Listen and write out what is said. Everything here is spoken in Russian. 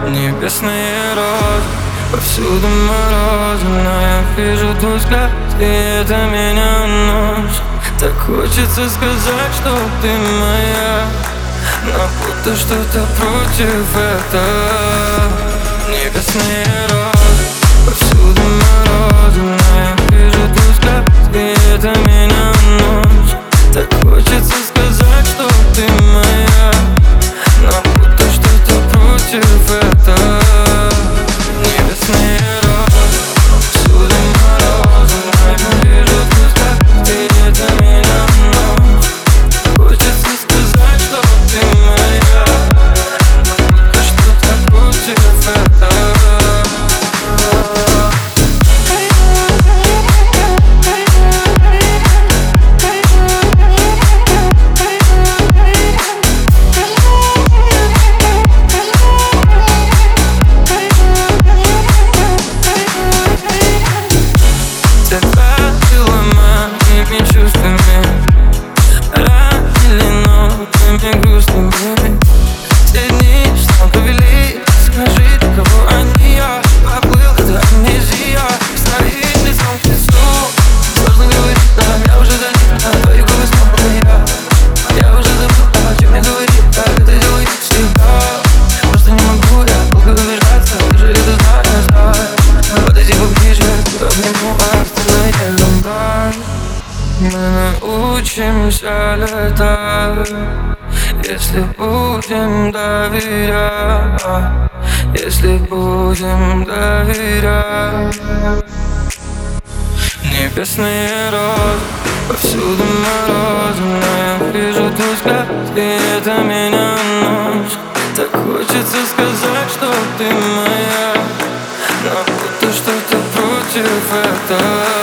Небесные розы, повсюду морозы, но я вижу твой взгляд, и это меня уносит. Так хочется сказать, что ты моя, но будто что-то против этого. Небесные розы, повсюду морозы, но я вижу твой взгляд, и это меня уносит. Так хочется сказать, что ты моя, но будто что-то против этого. Небесные розы, повсюду морозы, но я вижу твой взгляд, и это меня уносит. Хочется сказать, что ты моя, но будто что-то против этого. Чувствами ранили, но твоими грустными. Все дни что повели, скажи, для кого они, я поплыл, это амнезия. Стоит лицом к лицу, сложно говорить, да, я уже залип на твои губы снова. Я уже забыл, о чем мне говорить, как это делает всегда. Просто не могу я долго убеждаться, даже это знаю. Подойди поближе, обниму, останови зомбар. Мы научимся летать, если будем доверять, если будем доверять. Небесные розы, повсюду морозы, но я вижу твой взгляд, и это меня уносит. Так хочется сказать, что ты моя, но будто что-то против этого.